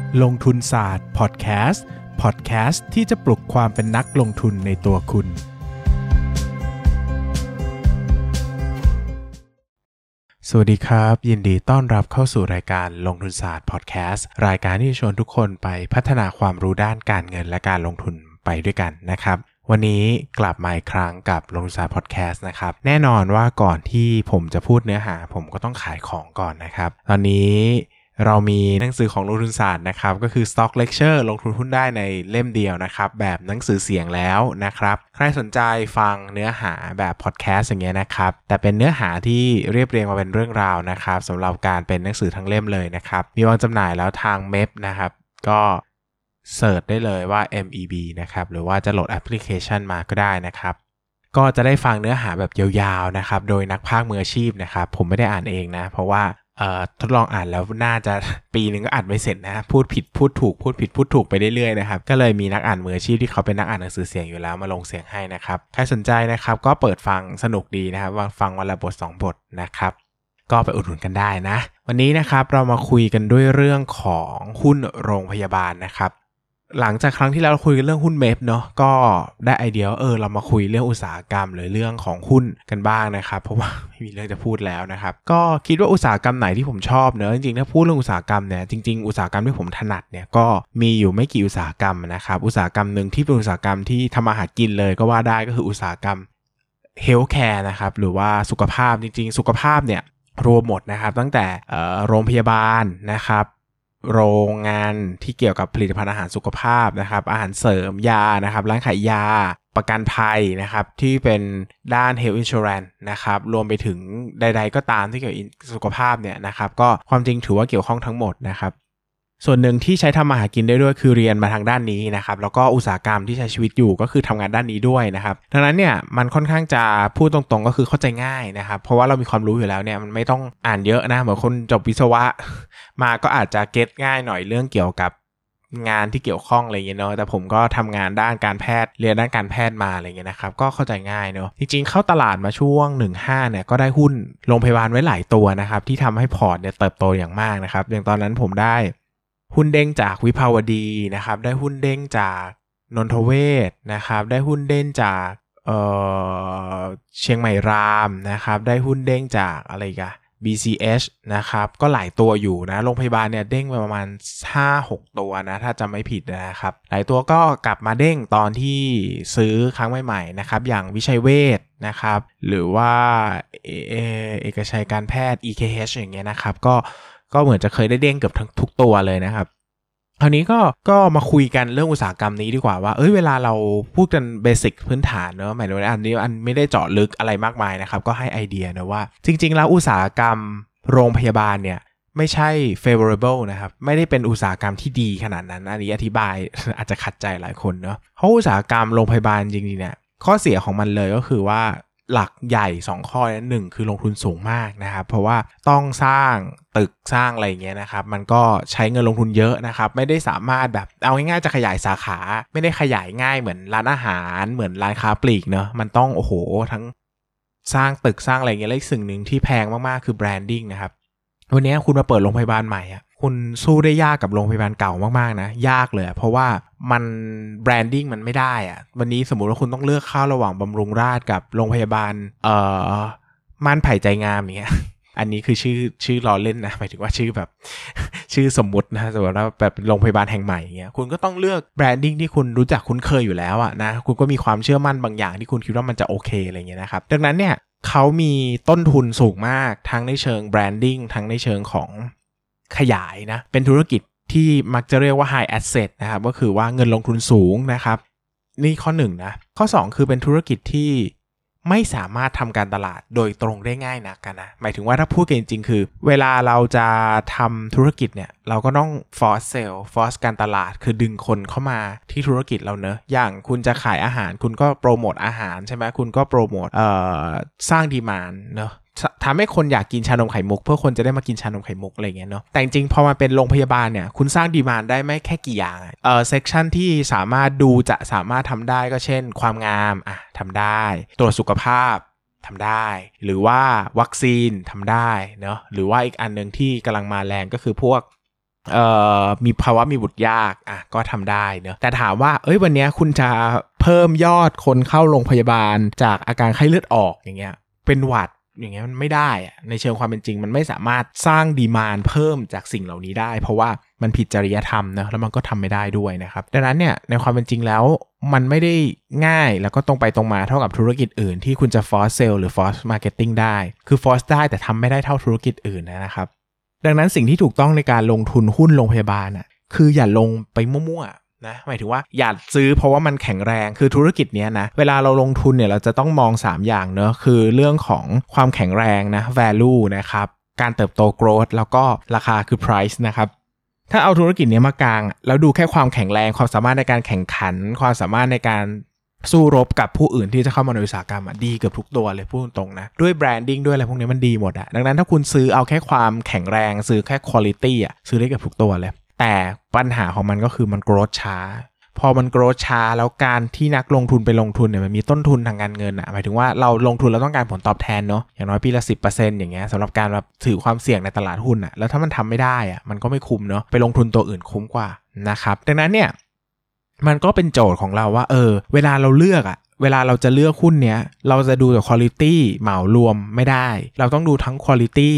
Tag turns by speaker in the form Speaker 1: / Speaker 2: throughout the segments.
Speaker 1: ลงทุนศาสตร์พอดแคสต์ที่จะปลุกความเป็นนักลงทุนในตัวคุณสวัสดีครับยินดีต้อนรับเข้าสู่รายการลงทุนศาสตร์พอดแคสต์รายการที่ชวนทุกคนไปพัฒนาความรู้ด้านการเงินและการลงทุนไปด้วยกันนะครับวันนี้กลับมาอีกครั้งกับลงทุนศาสตร์พอดแคสต์นะครับแน่นอนว่าก่อนที่ผมจะพูดเนื้อหาผมก็ต้องขายของก่อนนะครับตอนนี้เรามีหนังสือของลงทุนศาสตร์นะครับก็คือ Stock Lecture ลงทุนหุ้นได้ในเล่มเดียวนะครับแบบหนังสือเสียงแล้วนะครับใครสนใจฟังเนื้อหาแบบพอดแคสต์อย่างเงี้ยนะครับแต่เป็นเนื้อหาที่เรียบเรียงมาเป็นเรื่องราวนะครับสำหรับการเป็นหนังสือทั้งเล่มเลยนะครับมีวางจำหน่ายแล้วทาง MEB นะครับก็เสิร์ชได้เลยว่า MEB นะครับหรือว่าจะโหลดแอปพลิเคชันมาก็ได้นะครับก็จะได้ฟังเนื้อหาแบบยาวๆนะครับโดยนักพากย์มืออาชีพนะครับผมไม่ได้อ่านเองนะเพราะว่าทดลองอ่านแล้วน่าจะปีนึงก็อ่านไม่เสร็จนะพูดผิดพูดถูกพูดผิดพูดถูกไปเรื่อยๆนะครับก็เลยมีนักอ่านมืออาชีพที่เขาเป็นนักอ่านหนังสือเสียงอยู่แล้วมาลงเสียงให้นะครับใครสนใจนะครับก็เปิดฟังสนุกดีนะครับฟังวันละบท2บทนะครับก็ไปอุดหนุนกันได้นะวันนี้นะครับเรามาคุยกันด้วยเรื่องของหุ้นโรงพยาบาลนะครับหลังจากครั้งที่แล้วเราคุยกันเรื่องหุ้นเมฟเนาะก็ได้ไอเดียเรามาคุยเรื่องอุตสาหกรรมหรือเรื่องของหุ้นกันบ้างนะครับเพราะว่าไม่มีเรื่องจะพูดแล้วนะครับก็คิดว่าอุตสาหกรรมไหนที่ผมชอบเนอะจริงๆถ้าพูดเรื่องอุตสาหกรรมเนี่ยจริงๆอุตสาหกรรมที่ผมถนัดเนี่ยก็มีอยู่ไม่กี่อุตสาหกรรมนะครับอุตสาหกรรมนึงที่เป็นอุตสาหกรรมที่ทำมาหากินเลยก็ว่าได้ก็คืออุตสาหกรรมเฮลท์แคร์นะครับหรือว่าสุขภาพจริงๆสุขภาพเนี่ยรวมหมดนะครับตั้งแต่โรงพยาบาลนะครับโรงงานที่เกี่ยวกับผลิตภัณฑ์อาหารสุขภาพนะครับอาหารเสริมยานะครับร้านขายยาประกันภัยนะครับที่เป็นด้าน Health Insurance นะครับรวมไปถึงใดๆก็ตามที่เกี่ยวกับสุขภาพเนี่ยนะครับก็ความจริงถือว่าเกี่ยวข้องทั้งหมดนะครับส่วนหนึ่งที่ใช้ทำมาหากินได้ด้วยคือเรียนมาทางด้านนี้นะครับแล้วก็อุตสาหกรรมที่ใช้ชีวิตอยู่ก็คือทำงานด้านนี้ด้วยนะครับดังนั้นเนี่ยมันค่อนข้างจะพูดตรงๆก็คือเข้าใจง่ายนะครับเพราะว่าเรามีความรู้อยู่แล้วเนี่ยมันไม่ต้องอ่านเยอะนะเหมือนคนจบวิศวะมาก็อาจจะเก็ตง่ายหน่อยเรื่องเกี่ยวกับงานที่เกี่ยวข้องอะไรเงี้ยเนาะแต่ผมก็ทำงานด้านการแพทย์เรียนด้านการแพทย์มาอะไรเงี้ยนะครับก็เข้าใจง่ายเนาะจริงๆเข้าตลาดมาช่วง15เนี่ยก็ได้หุ้นโรงพยาบาลไว้หลายตัวนะครับที่ทำให้พอร์ตเนี่ยเติบโตอย่างมากนะครับอย่างตอนนั้นผมได้หุ้นเด้งจากวิภาวดีนะครับได้หุ้นเด้งจากนนทเวศนะครับได้หุ้นเด้งจากเชียงใหม่รามนะครับได้หุ้นเด้งจากอะไรกันBCH นะครับก็หลายตัวอยู่นะโรงพยาบาลเนี่ยเด้งไปประมาณ 5-6 ตัวนะถ้าจำไม่ผิดนะครับหลายตัวก็กลับมาเด้งตอนที่ซื้อครั้งใหม่ๆนะครับอย่างวิชัยเวชนะครับหรือว่าเอกชัยการแพทย์ EKH อย่างเงี้ยนะครับก็เหมือนจะเคยได้เด้งเกือบทุกตัวเลยนะครับคราวนี้ก็มาคุยกันเรื่องอุตสาหกรรมนี้ดีกว่าว่าเวลาเราพูดกันเบสิกพื้นฐานเนอะหมายถึงว่าอันไม่ได้เจาะลึกอะไรมากมายนะครับก็ให้ไอเดียนะว่าจริงๆแล้วอุตสาหกรรมโรงพยาบาลเนี่ยไม่ใช่ favorable นะครับไม่ได้เป็นอุตสาหกรรมที่ดีขนาดนั้นอันนี้อธิบาย อาจจะขัดใจหลายคนเนอะเพราะอุตสาหกรรมโรงพยาบาลจริงๆเนี่ยข้อเสียของมันเลยก็คือว่าหลักใหญ่2ข้อนั้น1คือลงทุนสูงมากนะครับเพราะว่าต้องสร้างตึกสร้างอะไรอย่างเงี้ยนะครับมันก็ใช้เงินลงทุนเยอะนะครับไม่ได้สามารถแบบเอาง่ายๆจะขยายสาขาไม่ได้ขยายง่ายเหมือนร้านอาหารเหมือนร้านค้าปลีกเนอะมันต้องทั้งสร้างตึกสร้างอะไรอย่างเงี้ยและอีกสิ่งหนึ่งที่แพงมากๆคือแบรนดิ้งนะครับวันนี้คุณมาเปิดโรงพยาบาลใหม่คุณสู้ได้ยากกับโรงพยาบาลเก่ามากๆนะยากเลยเพราะว่ามันแบรนดิ้งมันไม่ได้วันนี้สมมุติว่าคุณต้องเลือกเข้าระหว่างบำรุงราษฎร์กับโรงพยาบาลม่านไผ่ใจงามอย่างเงี้ยอันนี้คือชื่อล้อเล่นนะหมายถึงว่าชื่อแบบชื่อสมมุตินะสมมติว่าแบบโรงพยาบาลแห่งใหม่อย่างเงี้ยคุณก็ต้องเลือกแบรนดิ้งที่คุณรู้จักคุ้นเคยอยู่แล้วนะคุณก็มีความเชื่อมั่นบางอย่างที่คุณคิดว่ามันจะโอเคอะไรเงี้ยนะครับดังนั้นเนี่ยเขามีต้นทุนสูงมากทั้งในเชิงแบรนดิ้งทั้งในเชิงของขยายนะเป็นธุรกิจที่มักจะเรียกว่า high asset นะครับก็คือว่าเงินลงทุนสูงนะครับนี่ข้อ1นะข้อ2คือเป็นธุรกิจที่ไม่สามารถทำการตลาดโดยตรงได้ง่ายนักกันนะหมายถึงว่าถ้าพูดกันจริงๆคือเวลาเราจะทำธุรกิจเนี่ยเราก็ต้อง force sale force การตลาดคือดึงคนเข้ามาที่ธุรกิจเราเนอะอย่างคุณจะขายอาหารคุณก็โปรโมทอาหารใช่ไหมคุณก็โปรโมทสร้างดีมานด์เนอะทำให้คนอยากกินชานมไข่มุกเพื่อคนจะได้มากินชานมไข่มุกอะไรเงี้ยเนาะแต่จริงๆพอมาเป็นโรงพยาบาลเนี่ยคุณสร้างดีมานด์ได้ไม่แค่กี่อย่างเซกชันที่สามารถสามารถทำได้ก็เช่นความงามทำได้ตรวจสุขภาพทำได้หรือว่าวัคซีนทำได้เนาะหรือว่าอีกอันนึงที่กำลังมาแรงก็คือพวกมีภาวะมีบุตรยากก็ทำได้เนอะแต่ถามว่าวันนี้คุณจะเพิ่มยอดคนเข้าโรงพยาบาลจากอาการไข้เลือดออกอย่างเงี้ยเป็นหวัดอย่างเงี้ยมันไม่ได้ในเชิงความเป็นจริงมันไม่สามารถสร้างดีมานด์เพิ่มจากสิ่งเหล่านี้ได้เพราะว่ามันผิดจริยธรรมนะแล้วมันก็ทำไม่ได้ด้วยนะครับดังนั้นเนี่ยในความเป็นจริงแล้วมันไม่ได้ง่ายแล้วก็ตรงไปตรงมาเท่ากับธุรกิจอื่นที่คุณจะ force sale หรือ force marketing ได้คือ force ได้แต่ทำไม่ได้เท่าธุรกิจอื่นนะครับดังนั้นสิ่งที่ถูกต้องในการลงทุนหุ้นโรงพยาบาลคืออย่าลงไปมั่วๆนะหมายถึงว่าอย่าซื้อเพราะว่ามันแข็งแรงคือธุรกิจเนี้ยนะเวลาเราลงทุนเนี่ยเราจะต้องมอง3อย่างเนอะคือเรื่องของความแข็งแรงนะ value นะครับการเติบโต growth แล้วก็ราคาคือ price นะครับถ้าเอาธุรกิจนี้มากางแล้วดูแค่ความแข็งแรงความสามารถในการแข่งขันความสามารถในการสู้รบกับผู้อื่นที่จะเข้ามาในอุตสาหกรรมดีเกือบทุกตัวเลยพูดตรงๆนะด้วยแบรนดิ้งด้วยอะไรพวกนี้มันดีหมดดังนั้นถ้าคุณซื้อเอาแค่ความแข็งแรงซื้อแค่ควอลิตี้ซื้อได้เกือบทุกตัวเลยแต่ปัญหาของมันก็คือมันโกรธช้าพอมันโกรธช้าแล้วการที่นักลงทุนไปลงทุนเนี่ยมันมีต้นทุนทางการเงินหมายถึงว่าเราลงทุนเราต้องการผลตอบแทนเนาะอย่างน้อยปีละ 10% อย่างเงี้ยสำหรับการแบบถือความเสี่ยงในตลาดหุ้นแล้วถ้ามันทำไม่ได้มันก็ไม่คุ้มเนาะไปลงทุนตัวอื่นคุ้มกว่านะครับดังนั้นเนี่ยมันก็เป็นโจทย์ของเราว่าเวลาเราเลือกเวลาเราจะเลือกหุ้นเนี้ยเราจะดูแต่ quality เหมารวมไม่ได้เราต้องดูทั้ง quality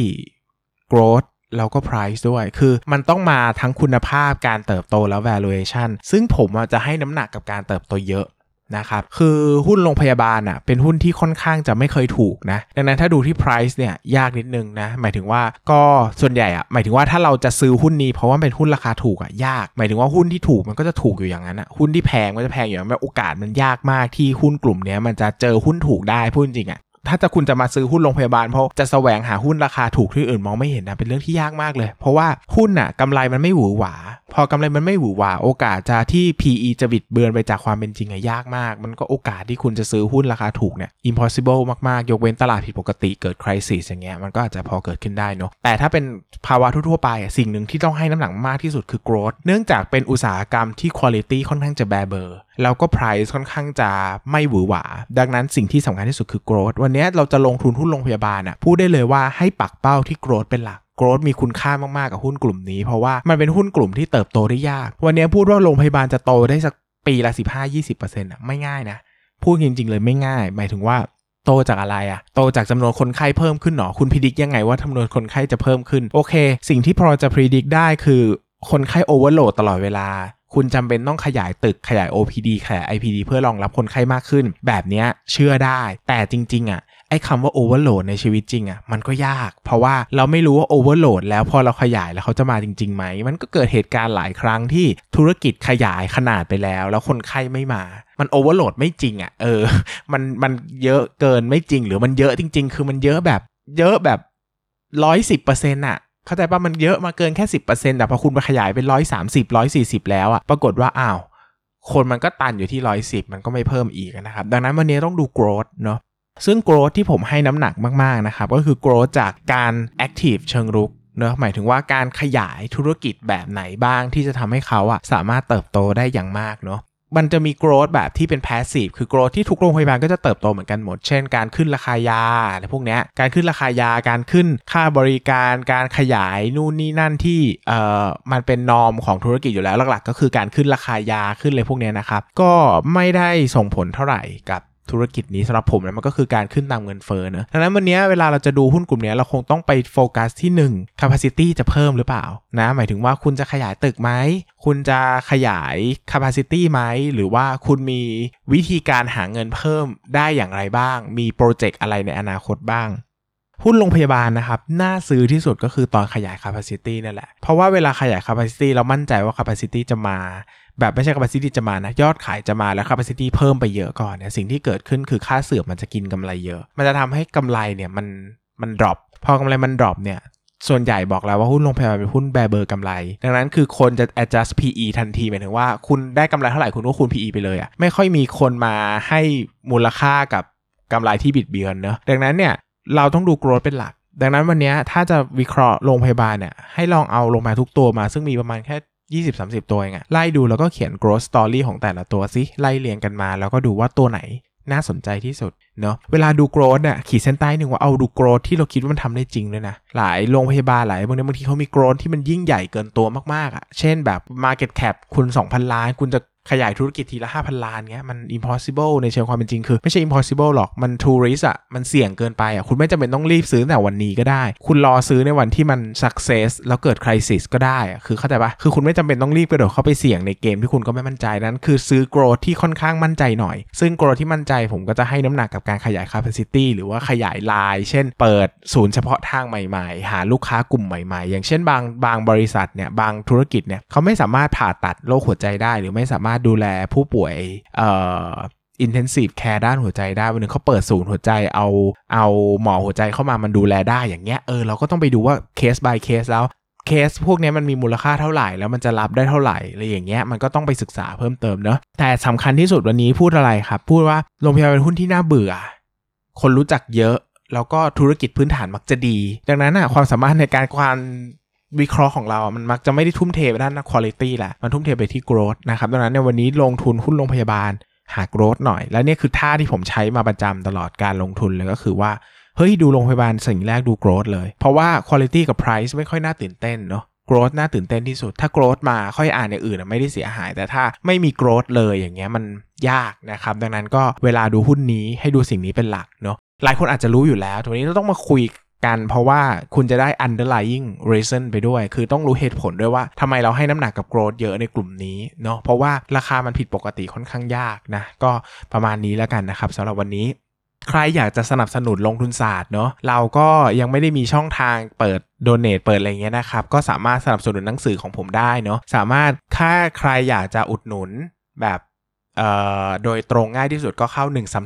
Speaker 1: growth แล้วก็ price ด้วยคือมันต้องมาทั้งคุณภาพการเติบโตแล้ว valuation ซึ่งผมจะให้น้ำหนักกับการเติบโตเยอะนะครับคือหุ้นโรงพยาบาลเป็นหุ้นที่ค่อนข้างจะไม่เคยถูกนะดังนั้นถ้าดูที่ price เนี่ยยากนิดนึงนะหมายถึงว่าก็ส่วนใหญ่หมายถึงว่าถ้าเราจะซื้อหุ้นนี้เพราะว่าเป็นหุ้นราคาถูกยากหมายถึงว่าหุ้นที่ถูกมันก็จะถูกอยู่อย่างนั้นหุ้นที่แพงก็จะแพงอยู่อย่างนั้นโอกาสมันยากมากที่หุ้นกลุ่มนี้มันจะเจอหุ้นถูกได้พูดจริงถ้าคุณจะมาซื้อหุ้นโรงพยาบาลเพราะจะแสวงหาหุ้นราคาถูกที่อื่นมองไม่เห็นเป็นเรื่องที่ยากมากเลยเพราะว่าหุ้นกำไรมันไม่หวือหวาพอกำไรมันไม่หวือหวาโอกาสจะที่ PE จะบิดเบือนไปจากความเป็นจริงยากมากมันก็โอกาสที่คุณจะซื้อหุ้นราคาถูกเนี่ย impossible มากๆยกเว้นตลาดผิดปกติเกิด crisis อย่างเงี้ยมันก็อาจจะพอเกิดขึ้นได้เนาะแต่ถ้าเป็นภาวะทั่วๆไปสิ่งหนึ่งที่ต้องให้น้ำหนักมากที่สุดคือ growth เนื่องจากเป็นอุตสาหกรรมที่ quality ค่อนข้างจะแบเบอร์แล้วก็ price ค่อนข้างจะไม่หวือหวาดังนั้นสิ่งที่สำคัญที่สุดคือ growth วันนี้เราจะลงทุนหุ้นโรงพยาบาลพูดได้เลยว่าให้ปักเป้าที่ growth เป็นหลัก growth มีคุณค่ามากๆกับหุ้นกลุ่มนี้เพราะว่ามันเป็นหุ้นกลุ่มที่เติบโตได้ยากวันนี้พูดว่าโรงพยาบาลจะโตได้สักปีละ 15-20% ไม่ง่ายนะพูดจริงๆเลยไม่ง่ายหมายถึงว่าโตจากอะไรโตจากจำนวนคนไข้เพิ่มขึ้นหรอคุณพิจิตรยังไงว่าจำนวนคนไข้จะเพิ่มขึ้นโอเคสิ่งที่พอจะพิจิตรได้คือคนไข้โอเวอร์โหลดตลอดเวลาคุณจำเป็นต้องขยายตึกขยาย OPD ขยาย IPD เพื่อรองรับคนไข้มากขึ้นแบบนี้เชื่อได้แต่จริงๆไอ้คำว่า overload ในชีวิตจริงมันก็ยากเพราะว่าเราไม่รู้ว่า overload แล้วพอเราขยายแล้วเขาจะมาจริงๆไหมมันก็เกิดเหตุการณ์หลายครั้งที่ธุรกิจขยายขนาดไปแล้วคนไข้ไม่มามัน overload ไม่จริงมันเยอะเกินไม่จริงหรือมันเยอะจริงๆคือมันเยอะแบบ 110% เข้าใจป่ะมันเยอะมาเกินแค่ 10% แต่พอคุณไปขยายเป็น130 140แล้วปรากฏว่าคนมันก็ตันอยู่ที่110มันก็ไม่เพิ่มอีกนะครับดังนั้นวันนี้ต้องดู growth เนาะซึ่ง growth ที่ผมให้น้ำหนักมากๆนะครับก็คือ growth จากการ active เชิงรุกเนอะหมายถึงว่าการขยายธุรกิจแบบไหนบ้างที่จะทำให้เขาสามารถเติบโตได้อย่างมากเนาะมันจะมี growth แบบที่เป็น passive คือ growth ที่ทุกโรงพยาบาลก็จะเติบโตเหมือนกันหมดเช่นการขึ้นราคายาอะไรพวกเนี้ยการขึ้นราคายาการขึ้นค่าบริการการขยายนู่นนี่นั่นที่มันเป็นนอร์มของธุรกิจอยู่แล้วหลักๆก็คือการขึ้นราคายาขึ้นเลยพวกเนี้ยนะครับก็ไม่ได้ส่งผลเท่าไหร่กับธุรกิจนี้สำหรับผมมันก็คือการขึ้นตามเงินเฟ้อเนอะดังนั้นวันนี้เวลาเราจะดูหุ้นกลุ่มนี้เราคงต้องไปโฟกัสที่1 capacity จะเพิ่มหรือเปล่านะหมายถึงว่าคุณจะขยายตึกไหมคุณจะขยาย capacity ไหมหรือว่าคุณมีวิธีการหาเงินเพิ่มได้อย่างไรบ้างมีโปรเจกต์อะไรในอนาคตบ้างหุ้นโรงพยาบาลนะครับน่าซื้อที่สุดก็คือตอนขยาย capacity นั่นแหละเพราะว่าเวลาขยาย capacity เรามั่นใจว่า capacity จะมาแบบไม่ใช่ capacity จะมานะยอดขายจะมาแล้ว capacity เพิ่มไปเยอะก่อนเนี่ยสิ่งที่เกิดขึ้นคือค่าเสื่อมมันจะกินกำไรเยอะมันจะทำให้กำไรเนี่ยมัน drop พอกำไรมัน drop เนี่ยส่วนใหญ่บอกแล้วว่าหุ้นโรงพยาบาลเป็นหุ้นแบเบอร์กำไรดังนั้นคือคนจะ adjust PE ทันทีหมายถึงว่าคุณได้กำไรเท่าไหร่คุณก็คูณ PE ไปเลยไม่ค่อยมีคนมาให้มูลค่ากับกำไรที่บิดเบือนเนอะดังนั้นเนี่ยเราต้องดู growth เป็นหลักดังนั้นวันนี้ถ้าจะวิเคราะห์โรงพยาบาลเนี่ยให้ลองเอาโรงพยาบาลทุกตัวมาซึ่งมีประมาณแค่20-30 ตัวเองไล่ดูแล้วก็เขียน growth story ของแต่ละตัวสิไล่เรียงกันมาแล้วก็ดูว่าตัวไหนน่าสนใจที่สุดเนาะเวลาดู growth เนี่ยขีดเส้นใต้นึงว่าเอาดู growth ที่เราคิดว่ามันทำได้จริงด้วยนะหลายโรงพยาบาลหลายบางทีเขามี growth ที่มันยิ่งใหญ่เกินตัวมากๆอ่ะเช่นแบบ market cap คุณ 2,000 ล้านคุณจะขยายธุรกิจทีละ 5,000 ล้านเงี้ยมัน impossible ในเชิงความเป็นจริงคือไม่ใช่ impossible หรอกมัน too risk อ่ะมันเสี่ยงเกินไปอ่ะคุณไม่จำเป็นต้องรีบซื้อแต่วันนี้ก็ได้คุณรอซื้อในวันที่มัน success แล้วเกิด crisis ก็ได้อ่ะคือเข้าใจปะคือคุณไม่จำเป็นต้องรีบกระโดดเข้าไปเสี่ยงในเกมที่คุณก็ไม่มั่นใจนั้นคือซื้อ growth ที่ค่อนข้างมั่นใจหน่อยซึ่ง growth ที่มั่นใจผมก็จะให้น้ำหนักกับการขยาย capacity หรือว่าขยายลายเช่นเปิดศูนย์เฉพาะทางใหม่ๆหาลูกค้ากลุ่มใหม่ๆอย่างเช่นบางบริษัทเนี่ยบางธุรกิจเนี่ยเขาไม่สามารถผ่าตัดโรคหัวใจได้หรือไม่สามารถดูแลผู้ป่วยintensive care ด้านหัวใจได้วันนึงเขาเปิดศูนย์หัวใจเอาหมอหัวใจเข้ามามันดูแลได้อย่างเงี้ยเราก็ต้องไปดูว่า case by case แล้วเคสพวกนี้มันมีมูลค่าเท่าไหร่แล้วมันจะรับได้เท่าไหร่อะไรอย่างเงี้ยมันก็ต้องไปศึกษาเพิ่มเติมเนอะแต่สำคัญที่สุดวันนี้พูดอะไรครับพูดว่าโรงพยาบาลเป็นหุ้นที่น่าเบื่อคนรู้จักเยอะแล้วก็ธุรกิจพื้นฐานมักจะดีดังนั้นความสามารถในการวิเคราะห์ของเรามันมักจะไม่ได้ทุ่มเทไปด้าน quality แหละมันทุ่มเทไปที่ growth นะครับดังนั้นในวันนี้ลงทุนหุ้นโรงพยาบาลหา growth หน่อยและนี่คือท่าที่ผมใช้มาประจำตลอดการลงทุนเลยก็คือว่าเฮ้ยดูโรงพยาบาลสิ่งแรกดู growth เลยเพราะว่า quality กับ price ไม่ค่อยน่าตื่นเต้นเนาะ growth น่าตื่นเต้นที่สุดถ้า growth มาค่อยอ่านอย่างอื่นไม่ได้เสียหายแต่ถ้าไม่มี growth เลยอย่างเงี้ยมันยากนะครับดังนั้นก็เวลาดูหุ้นนี้ให้ดูสิ่งนี้เป็นหลักเนาะหลายคนอาจจะรู้อยู่แล้วทีนี้เราต้องมาคุยกันเพราะว่าคุณจะได้ underlying reason ไปด้วยคือต้องรู้เหตุผลด้วยว่าทำไมเราให้น้ำหนักกับ growth เยอะในกลุ่มนี้เนาะเพราะว่าราคามันผิดปกติค่อนข้างยากนะก็ประมาณนี้แล้วกันนะครับสำหรับวันนี้ใครอยากจะสนับสนุนลงทุนศาสตร์เนาะเราก็ยังไม่ได้มีช่องทางเปิด donate เปิดอะไรเงี้ยนะครับก็สามารถสนับสนุนหนังสือของผมได้เนาะสามารถถ้าใครอยากจะอุดหนุนแบบโดยตรงง่ายที่สุดก็เข้า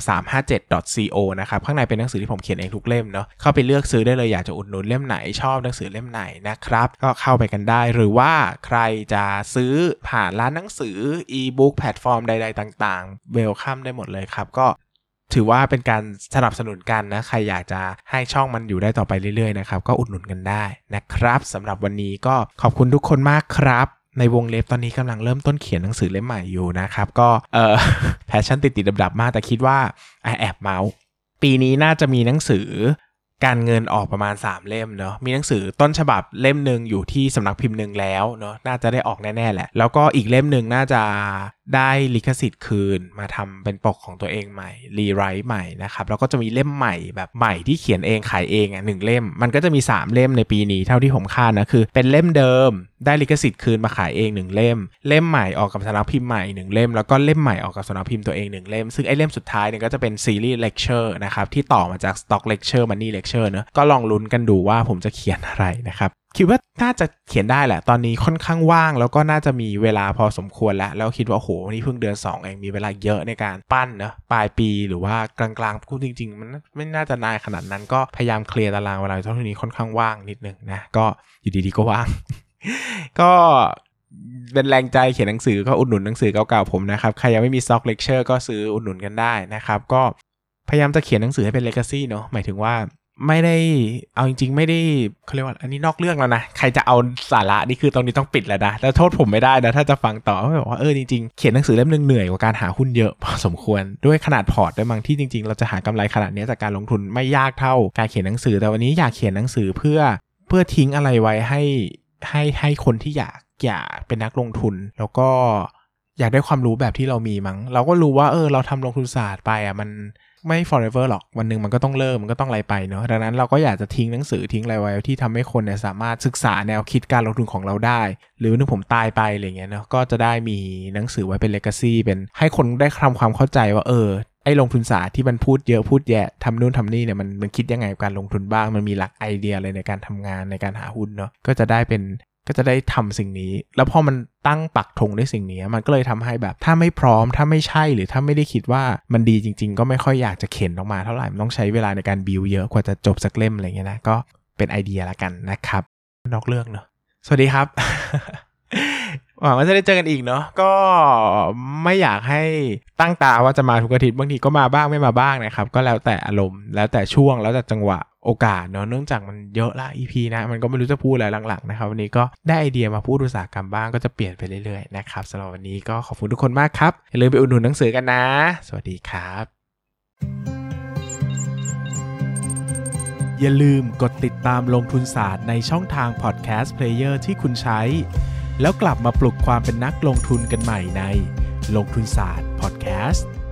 Speaker 1: 13357.co นะครับข้างในเป็นหนังสือที่ผมเขียนเองทุกเล่มเนาะเข้าไปเลือกซื้อได้เลยอยากจะอุดหนุนเล่มไหนชอบหนังสือเล่มไหนนะครับก็เข้าไปกันได้หรือว่าใครจะซื้อผ่านร้านหนังสือ e-book แพลตฟอร์มใดๆต่างๆเวลคัมได้หมดเลยครับก็ถือว่าเป็นการสนับสนุนกันนะใครอยากจะให้ช่องมันอยู่ได้ต่อไปเรื่อยๆนะครับก็อุดหนุนกันได้นะครับสำหรับวันนี้ก็ขอบคุณทุกคนมากครับในวงเล็บตอนนี้กำลังเริ่มต้นเขียนหนังสือเล่มใหม่อยู่นะครับก็แพชชั่นติดๆดับๆมากแต่คิดว่าแอบเมาส์ปีนี้น่าจะมีหนังสือการเงินออกประมาณ3เล่มเนาะมีหนังสือต้นฉบับเล่มนึงอยู่ที่สำนักพิมพ์นึงแล้วเนาะน่าจะได้ออกแน่ๆแหละแล้วก็อีกเล่มนึงน่าจะได้ลิขสิทธิ์คืนมาทำเป็นปกของตัวเองใหม่รีไรต์ใหม่นะครับแล้วก็จะมีเล่มใหม่แบบใหม่ที่เขียนเองขายเอง1เล่มมันก็จะมี3เล่มในปีนี้เท่าที่ผมคาดนะคือเป็นเล่มเดิมได้ลิขสิทธิ์คืนมาขายเอง1เล่มใหม่ออกกับสำนักพิมพ์ใหม่1เล่มแล้วก็เล่มใหม่ออกกับสำนักพิมพ์ตัวเอง1เล่มซึ่งไอ้เล่มสุดท้ายเนี่ยก็จะเป็นซีรีส์เลคเชอร์นะครับที่ต่อมาจาก Stock Lecture Money Lecture เนอะก็ลองลุ้นกันดูว่าผมจะเขียนอะไรนะครับคิดว่าน่าจะเขียนได้แหละตอนนี้ค่อนข้างว่างแล้วก็น่าจะมีเวลาพอสมควรแล้วคิดว่าโอ้โหนี่เพิ่งเดือน2เองมีเวลาเยอะในการปั้นนะปลายปีหรือว่ากลางๆพูดจริงๆมันไม่น่าจะนานขนาดนั้นก็พยายามเคลียร์ตารางเวลาเท่านี้ค่อนข้างว่างนิดนึงนะก็อยู่ดีๆก็ว่าง ก็เป็นแรงใจเขียนหนังสือก็อุดหนุนหนังสือเก่าๆผมนะครับใครยังไม่มี Stock Lecture ก็ซื้ออุดหนุนกันได้นะครับก็พยายามจะเขียนหนังสือให้เป็น legacy เนาะหมายถึงว่าไม่ได้เอาจริงๆไม่ได้เขาเรียกว่าอันนี้นอกเรื่องแล้วนะใครจะเอาสาระนี่คือตรงนี้ต้องปิดแล้วนะแล้วโทษผมไม่ได้นะถ้าจะฟังต่อไม่บอกว่าจริงๆเขียนหนังสือเล่มนึงเหนื่อยกว่าการหาหุ้นเยอะพอสมควรด้วยขนาดพอร์ตด้วยบางที่จริงๆเราจะหากำไรขนาดนี้จากการลงทุนไม่ยากเท่าการเขียนหนังสือแต่วันนี้อยากเขียนหนังสือเพื่อทิ้งอะไรไว้ให้คนที่อยากเป็นนักลงทุนแล้วก็อยากได้ความรู้แบบที่เรามีมั้งเราก็รู้ว่าเราทำลงทุนศาสตร์ไปมันไม่ forever หรอกวันนึงมันก็ต้องเลิกมันก็ต้องอะไรไปเนาะดังนั้นเราก็อยากจะทิ้งหนังสือทิ้งอะไรไว้ที่ทำให้คนเนี่ยสามารถศึกษาแนวคิดการลงทุนของเราได้หรือนึกผมตายไปอะไรเงี้ยเนาะก็จะได้มีหนังสือไว้เป็น legacy เป็นให้คนได้ทำความเข้าใจว่าไอ้ลงทุนศาสตร์ที่มันพูดเยอะพูดแยะทำนู่นทำนี่เนี่ยมันคิดยังไงกับการลงทุนบ้างมันมีหลักไอเดียอะไรในการทำงานในการหาหุ้นเนาะก็จะได้ทำสิ่งนี้แล้วพอมันตั้งปักธงด้วยสิ่งนี้มันก็เลยทำให้แบบถ้าไม่พร้อมถ้าไม่ใช่หรือถ้าไม่ได้คิดว่ามันดีจริงๆก็ไม่ค่อยอยากจะเข็นออกมาเท่าไหร่มันต้องใช้เวลาในการบิวเยอะกว่าจะจบสักเล่มอะไรเงี้ยนะก็เป็นไอเดียละกันนะครับนอกเรื่องเนาะสวัสดีครับ หวังว่าจะได้เจอกันอีกเนาะก็ไม่อยากให้ตั้งตาว่าจะมาทุกอาทิตย์บางทีก็มาบ้างไม่มาบ้างนะครับก็แล้วแต่อารมณ์แล้วแต่ช่วงแล้วแต่จังหวะโอกาสเนาะเนื่องจากมันเยอะละ EP นะมันก็ไม่รู้จะพูดอะไรหลังๆนะครับวันนี้ก็ได้ไอเดียมาพูดอุตสาหกรรมบ้างก็จะเปลี่ยนไปเรื่อยๆนะครับสำหรับวันนี้ก็ขอบคุณทุกคนมากครับอย่าลืมไปอุดหนุนหนังสือกันนะสวัสดีครับอย่าลืมกดติดตามลงทุนศาสตร์ในช่องทางพอดแคสต์เพลเยอร์ที่คุณใช้แล้วกลับมาปลุกความเป็นนักลงทุนกันใหม่ในลงทุนศาสตร์พอดแคสต์